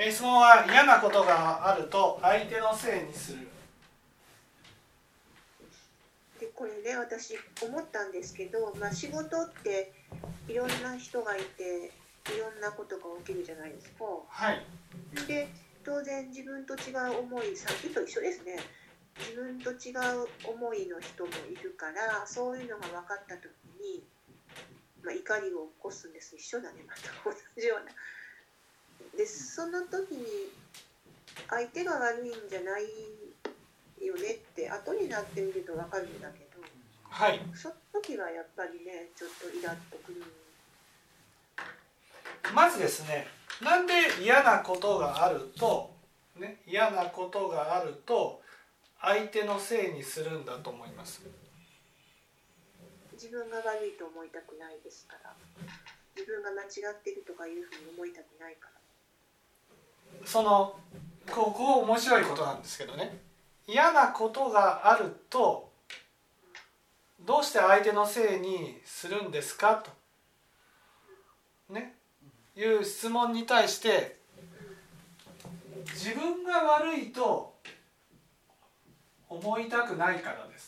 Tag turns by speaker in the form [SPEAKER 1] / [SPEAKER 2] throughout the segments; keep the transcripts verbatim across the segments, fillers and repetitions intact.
[SPEAKER 1] 質問は嫌なことがあると相手のせいにする。
[SPEAKER 2] でこれね、私思ったんですけど、まあ、仕事っていろんな人がいていろんなことが起きるじゃないですか。
[SPEAKER 1] はい。
[SPEAKER 2] で当然自分と違う思い、さっきと一緒ですね。自分と違う思いの人もいるから、そういうのが分かった時に、まあ、怒りを起こすんです。一緒だね、また同じような。でその時に相手が悪いんじゃないよねって後になってみると分かるんだけど、
[SPEAKER 1] はい、
[SPEAKER 2] その時はやっぱりねちょっとイラッとくる。
[SPEAKER 1] まずですね、なんで嫌なことがあると、ね、嫌なことがあると相手のせいにするんだと思います。
[SPEAKER 2] 自分が悪いと思いたくないですから。自分が間違ってるとかいうふうに思いたくないから。
[SPEAKER 1] そのここ面白いことなんですけどね、嫌なことがあるとどうして相手のせいにするんですかと、ね、いう質問に対して、自分が悪いと思いたくないからです。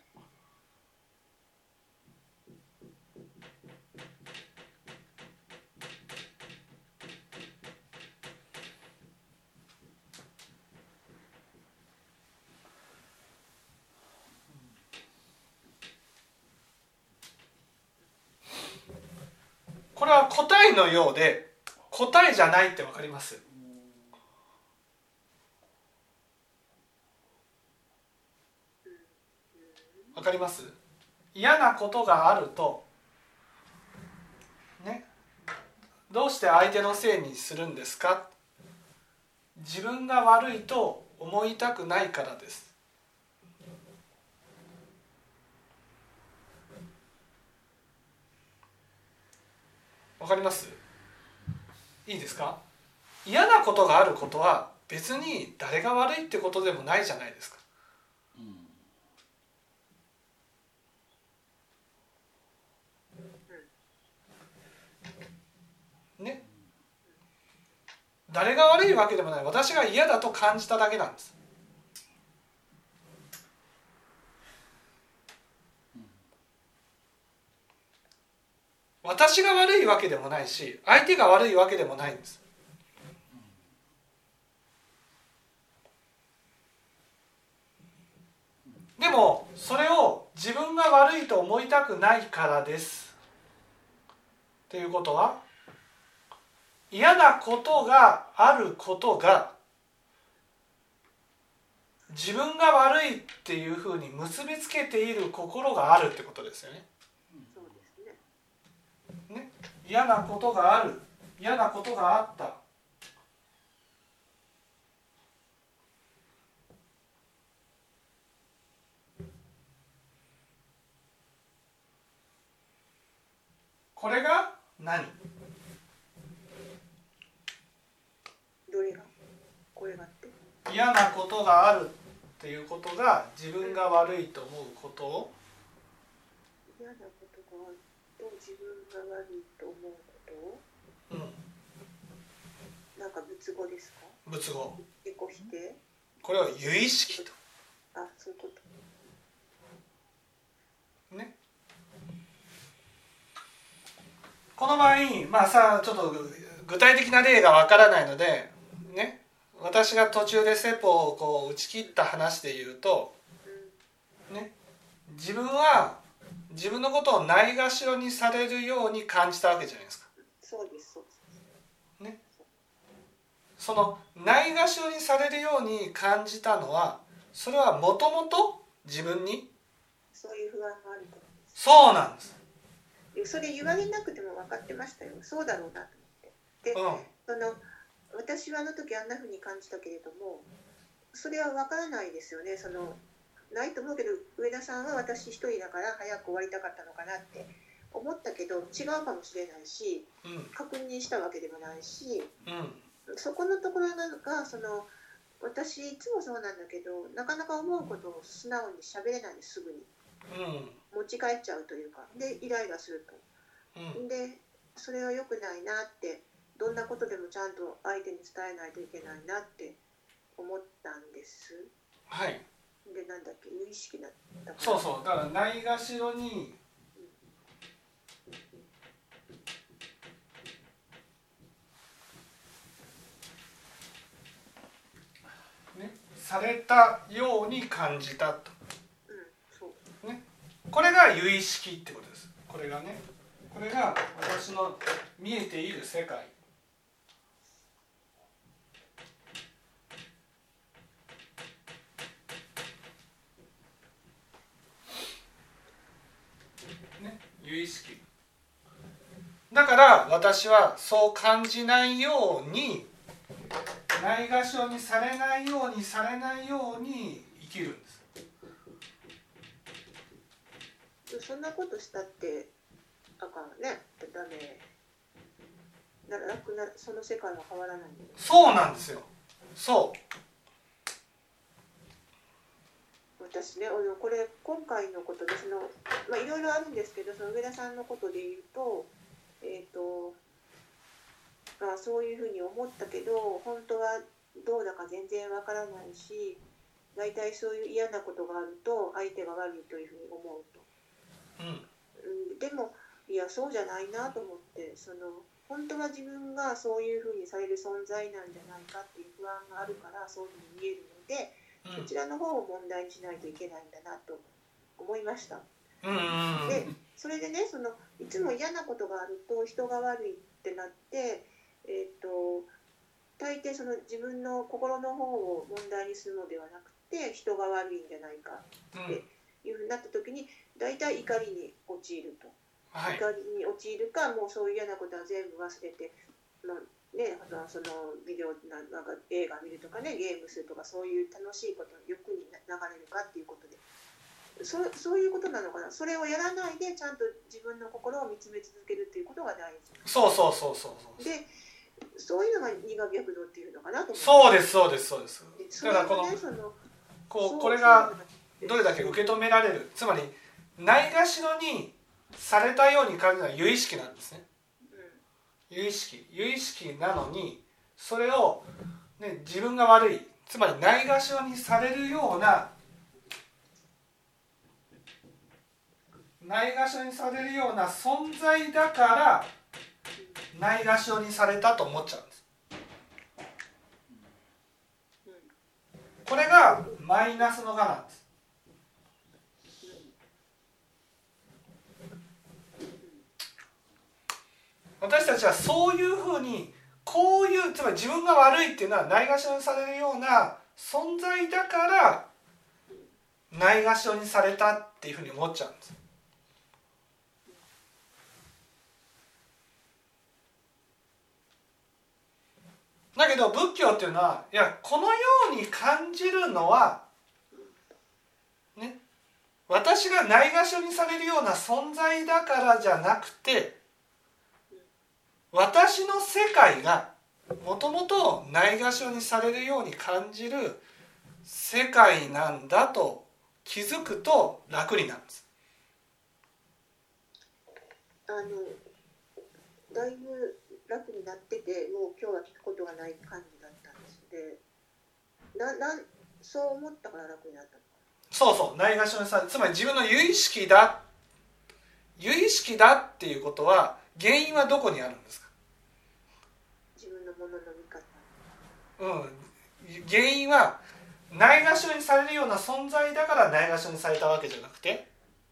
[SPEAKER 1] これは答えのようで答えじゃないって分かります？分かります？嫌なことがあるとね、どうして相手のせいにするんですか？自分が悪いと思いたくないからです。わかります？いいですか？嫌なことがあることは別に誰が悪いってことでもないじゃないですか。ね、誰が悪いわけでもない。私が嫌だと感じただけなんです。私が悪いわけでもないし、相手が悪いわけでもないんです。でもそれを自分が悪いと思いたくないからですっていうことは、嫌なことがあることが自分が悪いっていうふうに結びつけている心があるってことですよね。
[SPEAKER 2] そうですね。
[SPEAKER 1] ね、嫌なことがある、嫌なことがあった。これが何？
[SPEAKER 2] どれが？これがって？
[SPEAKER 1] 嫌なことがあるっていうことが自分が悪いと思うことを、
[SPEAKER 2] 嫌なことがあると自分が悪いと思うことを、
[SPEAKER 1] うん、
[SPEAKER 2] なんか仏語ですか？
[SPEAKER 1] 仏語。
[SPEAKER 2] 自己否定？
[SPEAKER 1] これは由意識と。
[SPEAKER 2] あ、そういうこと。
[SPEAKER 1] ね。この場合、まあさ、ちょっと具体的な例がわからないので、ね、私が途中で説法をこう打ち切った話で言うと、ね、自分は自分のことをないがしろにされるように感じたわけじゃないですか。
[SPEAKER 2] そうです、そうです。
[SPEAKER 1] ね、そのないがしろにされるように感じたのは、それはもともと自分に
[SPEAKER 2] そういう不安があるからです。
[SPEAKER 1] そうなんです。
[SPEAKER 2] それ言われなくても分かってましたよ。そうだろうなと思って。で、うん、その私はあの時あんな風に感じたけれども、それは分からないですよね。そのないと思うけど、上田さんは私一人だから早く終わりたかったのかなって思ったけど、違うかもしれないし、うん、確認したわけでもないし、うん、そこのところなのか、その私いつもそうなんだけど、なかなか思うことを素直に喋れないんです、すぐに。うん、持ち帰っちゃうというか、でイライラすると、うん、でそれは良くないなって、どどんなことでもちゃんと相手に伝えないといけないなって思ったんです。
[SPEAKER 1] はい。
[SPEAKER 2] で、なんだっけ、有意識だったから。
[SPEAKER 1] そうそう、だからないがしろに、ね、されたように感じたと、
[SPEAKER 2] うん、そう
[SPEAKER 1] ね、これが有意識ってことです。これがね、これが私の見えている世界。ね、有意識。だから私はそう感じないように、ないがしろにされないようにされないように生きるんです。
[SPEAKER 2] そんなことしたってあかんね。ダメ。なら楽なその世界は変わらない。
[SPEAKER 1] そうなんですよ。そう。
[SPEAKER 2] 私ね、これ今回のことでその、まあ、いろいろあるんですけど、その上田さんのことで言うと、えーとまあ、そういうふうに思ったけど本当はどうだか全然わからないし、大体そういう嫌なことがあると相手が悪いというふうに思うと、
[SPEAKER 1] うん
[SPEAKER 2] うん、でもいやそうじゃないなと思って、その本当は自分がそういうふうにされる存在なんじゃないかっていう不安があるからそういうふうに見えるので、そちらの方を問題にしないといけないんだなと思いました。
[SPEAKER 1] うんうんうん、
[SPEAKER 2] でそれでね、そのいつも嫌なことがあると人が悪いってなって、えー、と大抵その自分の心の方を問題にするのではなくて人が悪いんじゃないかっていうふうになった時に大体怒りに陥ると、はい、怒りに陥るか、もうそういう嫌なことは全部忘れて、まあね、そのビデオな、なんか映画見るとかね、ゲームするとか、そういう楽しいことの欲に流れるかっていうことで、そ, そういうことなのかな。それをやらないでちゃんと自分の心を見つめ続けるっていうことが大事。
[SPEAKER 1] そうそうそうそうそう。
[SPEAKER 2] で、そういうのが二が逆度っていうのかなと思う。
[SPEAKER 1] そうですそうですそうです。だからこの、
[SPEAKER 2] ね、その
[SPEAKER 1] こうこれがどれだけ受け止められる、つまりないがしろにされたように感じるのは有意識なんですね。うん、有意識有意識なのにそれを、ね、自分が悪い、つまりないがしろにされるようなないがしろにされるような存在だからないがしろにされたと思っちゃうんです。これがマイナスの我なんです。私たちはそういうふうに、こういう、つまり自分が悪いっていうのはないがしろにされるような存在だからないがしろにされたっていうふうに思っちゃうんです。だけど仏教っていうのは、いや、このように感じるのはね、私がないがしろにされるような存在だからじゃなくて、私の世界がもともとないがしろにされるように感じる世界なんだと気づくと楽になるんです。
[SPEAKER 2] あのだいぶ楽になってて、もう今日は聞くことがない感じだったんです。で、ななそう思ったから楽になったの。
[SPEAKER 1] そうそう、ないがしろにされる、つまり自分の有意識だ有意識だっていうことは原因はどこにあるんですか。
[SPEAKER 2] 自分のものの見方。
[SPEAKER 1] うん、原因はないがしろにされるような存在だからないがしろにされたわけじゃなくて、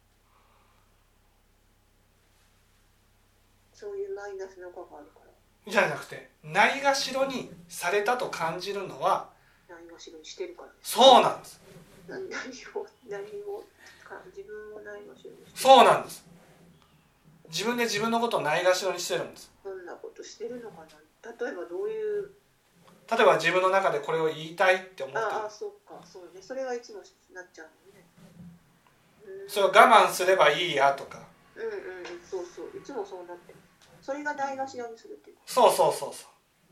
[SPEAKER 2] そういうマイナスの効果があるから
[SPEAKER 1] じゃなくて、ないがしろにされたと感じるのは
[SPEAKER 2] ないがしろにしてるからです。
[SPEAKER 1] そうなんです。
[SPEAKER 2] 何を何をか自分をないがしろにしてる。
[SPEAKER 1] そうなんです。自分で自分のことをないがしろにしてるんです。
[SPEAKER 2] どんなことしてるのかな。例えばどういう。
[SPEAKER 1] 例えば自分の中でこれを言いたいって思ってる。
[SPEAKER 2] ああ、そうか、そうね。それはいつもなっちゃうのね。
[SPEAKER 1] うん、それを我慢すればいいやとか。
[SPEAKER 2] うんうん、そうそう。いつもそうなってる。それがないがしろにするっていう。
[SPEAKER 1] そうそうそうそう。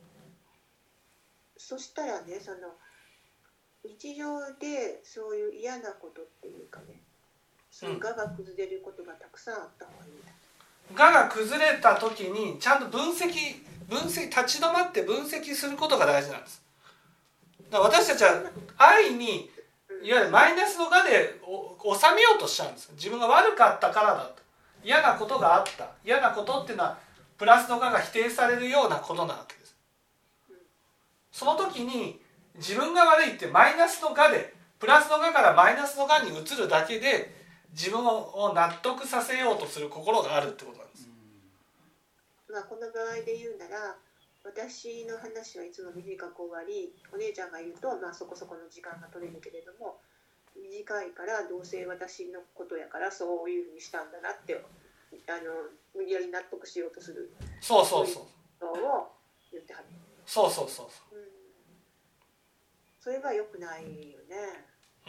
[SPEAKER 2] そしたらね、その日常でそういう嫌なことっていうかね、そういう我が崩れることがたくさんあった方がいいんだ。
[SPEAKER 1] 我が崩れた時にちゃんと分析分析立ち止まって分析することが大事なんです。だから私たちは愛にいわゆるマイナスの我で収めようとしちゃうんです。自分が悪かったからだと、嫌なことがあった、嫌なことっていうのはプラスの我が否定されるようなことなわけです。その時に自分が悪いってマイナスの我でプラスの我からマイナスの我に移るだけで自分を納得させようとする心があるってことなんです。
[SPEAKER 2] まあ、この場合で言うなら、私の話はいつも短く終わり、お姉ちゃんが言うと、まあ、そこそこの時間が取れるけれども、短いからどうせ私のことやからそういうふうにしたんだなってあの無理やり納得しようとする、
[SPEAKER 1] そうそうそう
[SPEAKER 2] そうを言ってはる。
[SPEAKER 1] そうそうそうそう、
[SPEAKER 2] うん、それは良くないよね。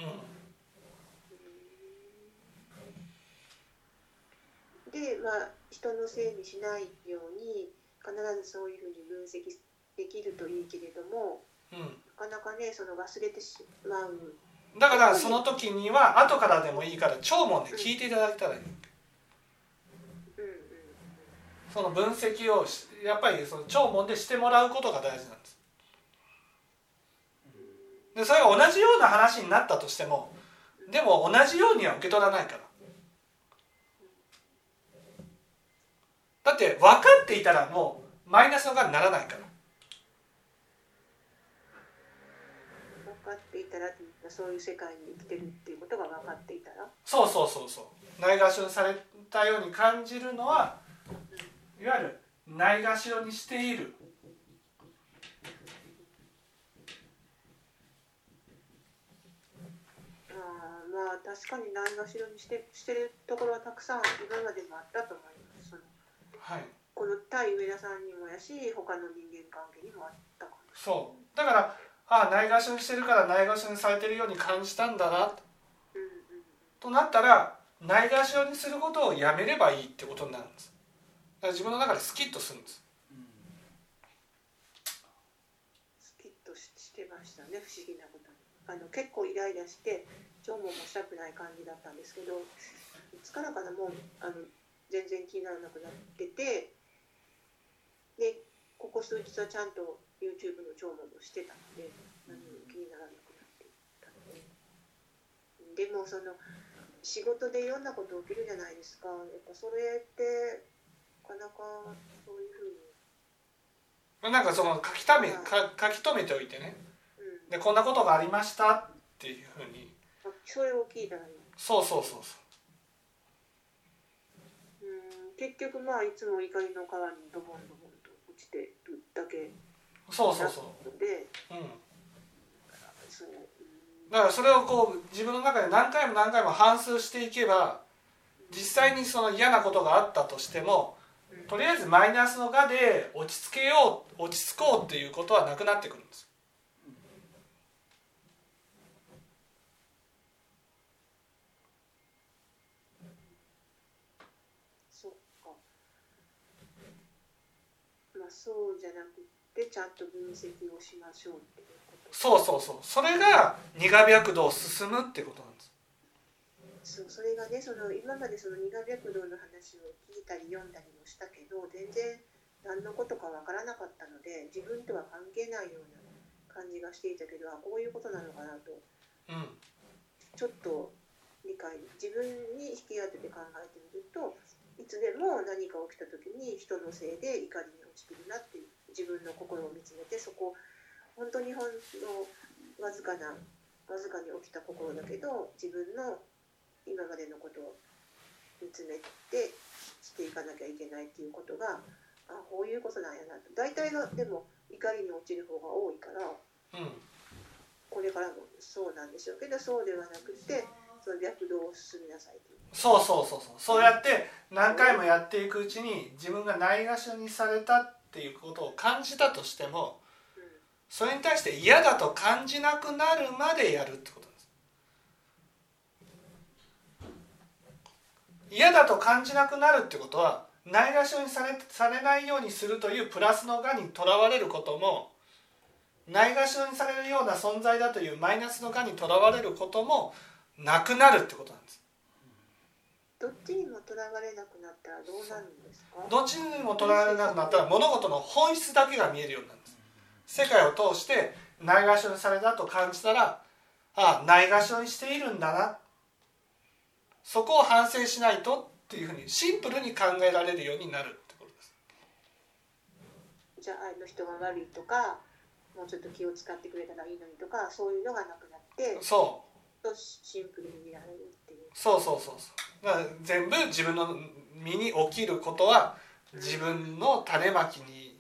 [SPEAKER 2] うん、で、まあ、人のせいにしないように必ずそういうふうに分析できるといいけれども、うん、なかなかね、その忘れてしまう。
[SPEAKER 1] だからその時には後からでもいいから聴聞で聞いていただけたらいい、うんうん、その分析をやっぱりその聴聞でしてもらうことが大事なんです。でそれが同じような話になったとしても、でも同じようには受け取らないから。だって分かっていたらもうマイナスの側にならないから。
[SPEAKER 2] 分かっていたら、そういう世界に生きてるっていうことが分かっていたら、
[SPEAKER 1] そうそうそうそう、ないがしろにされたように感じるのは、いわゆるないがしろにしている、
[SPEAKER 2] あまあ確かにないがしろにして、してるところはたくさん今までもあったと思います。その、はい、この対上田さんにもやし、他の人間関係にもあったかも。
[SPEAKER 1] そうだから、ああないがしろにしてるからないがしろにされてるように感じたんだなと、うんうん、となったらないがしろにすることをやめればいいってことになるんです。だから自分の中でスキッとするんです、うん、
[SPEAKER 2] スキッと し, してましたね。不思議なことにあの結構イライラして聴聞もしたくない感じだったんですけど、いつからかな、もうあの全然気にならなくなってて、でここ数日はちゃんと YouTube の聴聞もしてたので何も気にならなくなっていたので、でもその仕事でいろんなこと起きるじゃないですか。やっぱそれってなかなかそういうふう
[SPEAKER 1] になんかその書きため、か書き留めておいてね、うん、でこんなことがありましたっていうふうに、
[SPEAKER 2] それを聞いたらいい。
[SPEAKER 1] そうそうそうそう、
[SPEAKER 2] うん、結局まあいつも怒りの川にドボンドボンと落ちてるだけ
[SPEAKER 1] そうそうそう
[SPEAKER 2] で、
[SPEAKER 1] うん、だからそれをこう自分の中で何回も何回も反芻していけば、実際にその嫌なことがあったとしても、とりあえずマイナスの我で落ち着けよう落ち着こうっていうことはなくなってくるんです。
[SPEAKER 2] そっか。まあそうじゃなくてちゃんと分析をしましょうっていうこと。
[SPEAKER 1] そうそうそう、それが二我白道を進むってことなんです。
[SPEAKER 2] そうそれがね、その今までその二我白道の話を聞いたり読んだりもしたけど、全然何のことかわからなかったので、自分とは関係ないような感じがしていたけど、あ、こういうことなのかなと、うん、ちょっと理解、自分に引き当てて考えてみると、いつでも何か起きた時に人のせいで怒りに落ちてるなっていう、自分の心を見つめて、そこ本当にほんのわずかなわずかに起きた心だけど、自分の今までのことを見つめてしていかなきゃいけないっていうことが、あ、こういうことなんやなと。大体がでも怒りに落ちる方が多いから、うん、これからもそうなんでしょうけど、そうではなくて、その白道を進みなさいという。
[SPEAKER 1] そうそうそうそう、そうやって何回もやっていくうちに自分がないがしろにされたっていうことを感じたとしても、うん、それに対して嫌だと感じなくなるまでやるってこと。嫌だと感じなくなるってことは、ないがしろにされ、されないようにするというプラスの我にとらわれることも、ないがしろにされるような存在だというマイナスの我にとらわれることもなくなるってことなんです。
[SPEAKER 2] どっちにもとらわれなくなったらどうなるんですか？
[SPEAKER 1] どっちにもとらわれなくなったら物事の本質だけが見えるようになるんです。世界を通してないがしろにされたと感じたら、ああないがしろにしているんだな、そこを反省しないとっていうふうにシンプルに考えられるようになるってことです。
[SPEAKER 2] じゃああの人が悪いとか、もうちょっと気を使ってくれたらいいのにとか、そういうのがなくなって、
[SPEAKER 1] そう
[SPEAKER 2] シンプルに見られるっていう。
[SPEAKER 1] そうそうそうそう。だから全部自分の身に起きることは自分の種まきに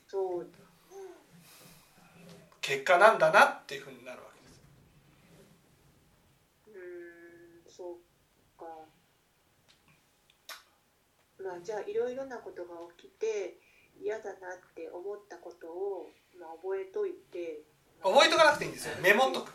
[SPEAKER 1] 結果なんだなっていうふうになるわけです。
[SPEAKER 2] うーん、そうか。まあじゃあいろいろなことが起きて嫌だなって思ったことを、まあ、覚えといて、
[SPEAKER 1] 覚えとかなくていいんですよ。メモっとく。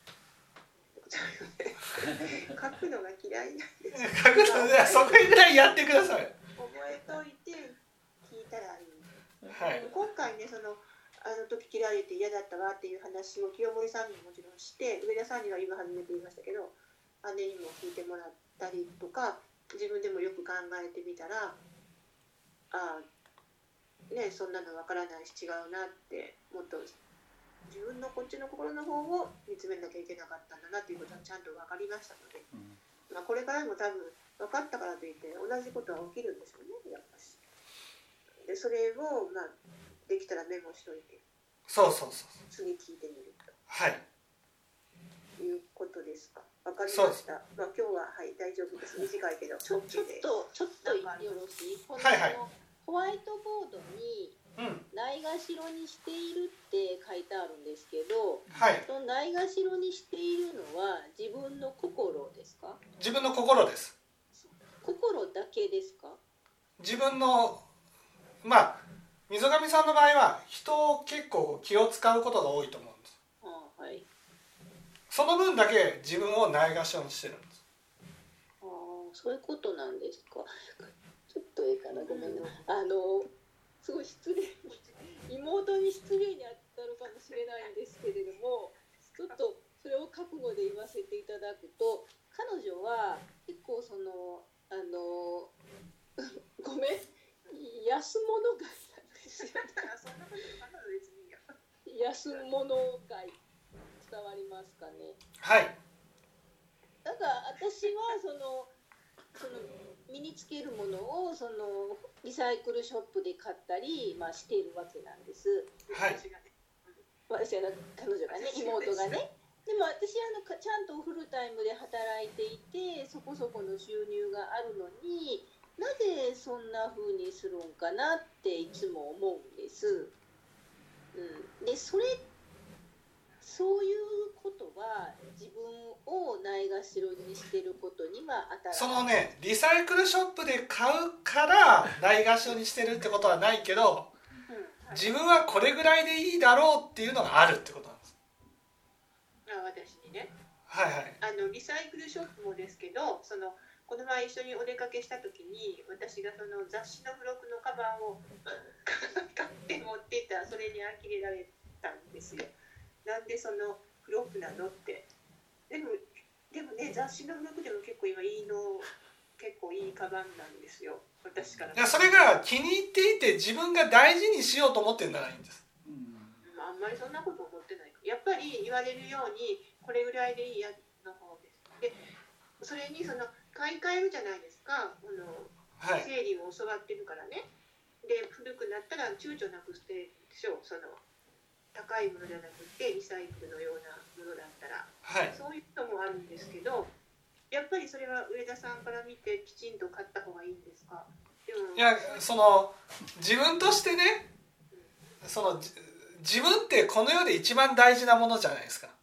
[SPEAKER 2] 書くのが嫌いなんですよ。
[SPEAKER 1] 書くのでそこぐらいやってください。
[SPEAKER 2] 覚えといて聞いたらいい。
[SPEAKER 1] はい、
[SPEAKER 2] 今回ね、そのあの時切られて嫌だったわっていう話を清盛さんにももちろんして、上田さんには今初めて言いましたけど、姉にも聞いてもらったりとか、自分でもよく考えてみたら、ああね、そんなの分からないし違うなって、もっと自分のこっちの心の方を見つめなきゃいけなかったんだなっていうことはちゃんと分かりましたので、うんまあ、これからも多分分かったからといって同じことは起きるんですよね、やっぱし。でそれを、まあ、できたらメモしといて、
[SPEAKER 1] そうそうそう
[SPEAKER 2] 次聞いてみると、
[SPEAKER 1] はい、
[SPEAKER 2] いうことですか。分かりました。まあ、今日は、はい、大丈夫です。短いけどちょ, ちょっとちょっとよろしい？この、はいはい、ホワイトボードにないがしろにしているって書いてあるんですけど、はい、そのないがしろにしているのは自分の心ですか？
[SPEAKER 1] 自分の心です。
[SPEAKER 2] 心だけですか？
[SPEAKER 1] 自分の、まあ溝上さんの場合は人を結構気を使うことが多いと思うんです。
[SPEAKER 2] あ、はい、
[SPEAKER 1] その分だけ自分をないがしろにしてるんです。
[SPEAKER 2] あ、そういうことなんですか。ちょっとええかな、ごめんな、うん、あのすごい失礼妹に失礼に当たるかもしれないんですけれども、ちょっとそれを覚悟で言わせていただくと、彼女は結構そのあのごめん、安物買いなんですよ。そんなこと彼女別にいいよ。安物買い伝わりますかね。
[SPEAKER 1] はい。
[SPEAKER 2] だから私はそのその身につけるものをそのリサイクルショップで買ったり、まあ、しているわけなんです。
[SPEAKER 1] はい。
[SPEAKER 2] 私は彼女がね、妹がね。でも私はあのちゃんとフルタイムで働いていてそこそこの収入があるのに、なぜそんな風にするんかなっていつも思うんです。うん、でそれそういうことは自分をないがしろにしてることには当たらない。
[SPEAKER 1] そのね、リサイクルショップで買うからないがしろにしてるってことはないけど、うんはい、自分はこれぐらいでいいだろうっていうのがあるってことなんです。
[SPEAKER 2] あ、私にね。
[SPEAKER 1] はいはい。
[SPEAKER 2] あのリサイクルショップもですけど、そのこの前一緒にお出かけした時に私がその雑誌の付録のカバンを買って持ってた、それに呆れられたんですよ。なんでその付録なのって。でもでもね、雑誌の付録でも結構今いいの、結構いいカバンなんですよ、私から。
[SPEAKER 1] いや、それが気に入っていて自分が大事にしようと思ってるならいいんです。
[SPEAKER 2] うん、あんまりそんなこと思ってない。やっぱり言われるようにこれぐらいでいいやの方です。で、それにその買い替えるじゃないですか。あの、はい、整理を教わってるからね。で、古くなったら躊躇なく捨てるでしょう。その高いものじゃなくてリサイクルのようなものだったら、
[SPEAKER 1] はい、
[SPEAKER 2] そういうのもあるんですけど、やっぱりそれは上田さんから見てきちんと買った方がいいんですか？でも
[SPEAKER 1] いや、その自分としてね、うん、その自分ってこの世で一番大事なものじゃないですか。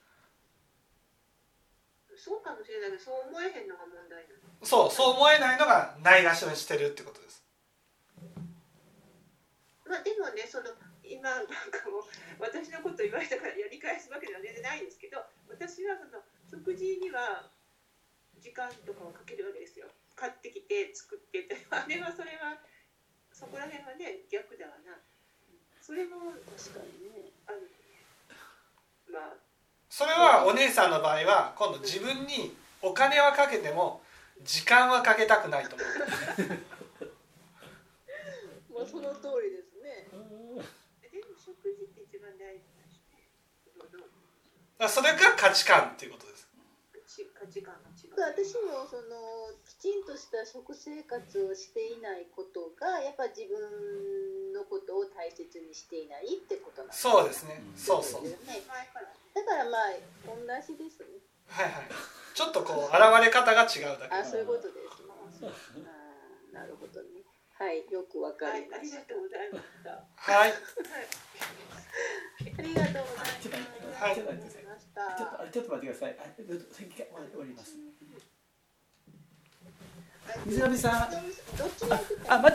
[SPEAKER 2] そうかもしれないけど、そう思えへんのが問題なの。
[SPEAKER 1] そう、そう思えないのがないがしろにしてるってことです。
[SPEAKER 2] まあでもね、その今なんかもう私のこと言われたからやり返すわけでは全然ないですけど、私はその食事には時間とかをかけるわけですよ。買ってきて作ってって、あれはそれはそこら辺はね逆だわな。それも確かにねあるね。まあ
[SPEAKER 1] それはお姉さんの場合は今度自分にお金はかけても時間はかけたくないと思う。
[SPEAKER 2] もうその通りですね。でも食事って一番大事だしね。
[SPEAKER 1] それが価値観っていうことです。
[SPEAKER 2] 価値観が違う。私もそのきちんとした食生活をしていないことがやっぱ自分のことを大切にしていないってことなんですね。
[SPEAKER 1] そうですね。そうそう。
[SPEAKER 2] だからまあ同じですね。
[SPEAKER 1] はいはい。ちょっとこう現れ方が違うだけ。
[SPEAKER 2] あ、そういうことです。あ、なるほどね。はい、よくわかりました。
[SPEAKER 1] はい。
[SPEAKER 2] ありがとうございます。
[SPEAKER 1] はい。
[SPEAKER 3] ちょっと待ってください。ちょっとちょっと待ってください。先終わります。水上さん。
[SPEAKER 2] どっちに行くか。
[SPEAKER 3] あ、また。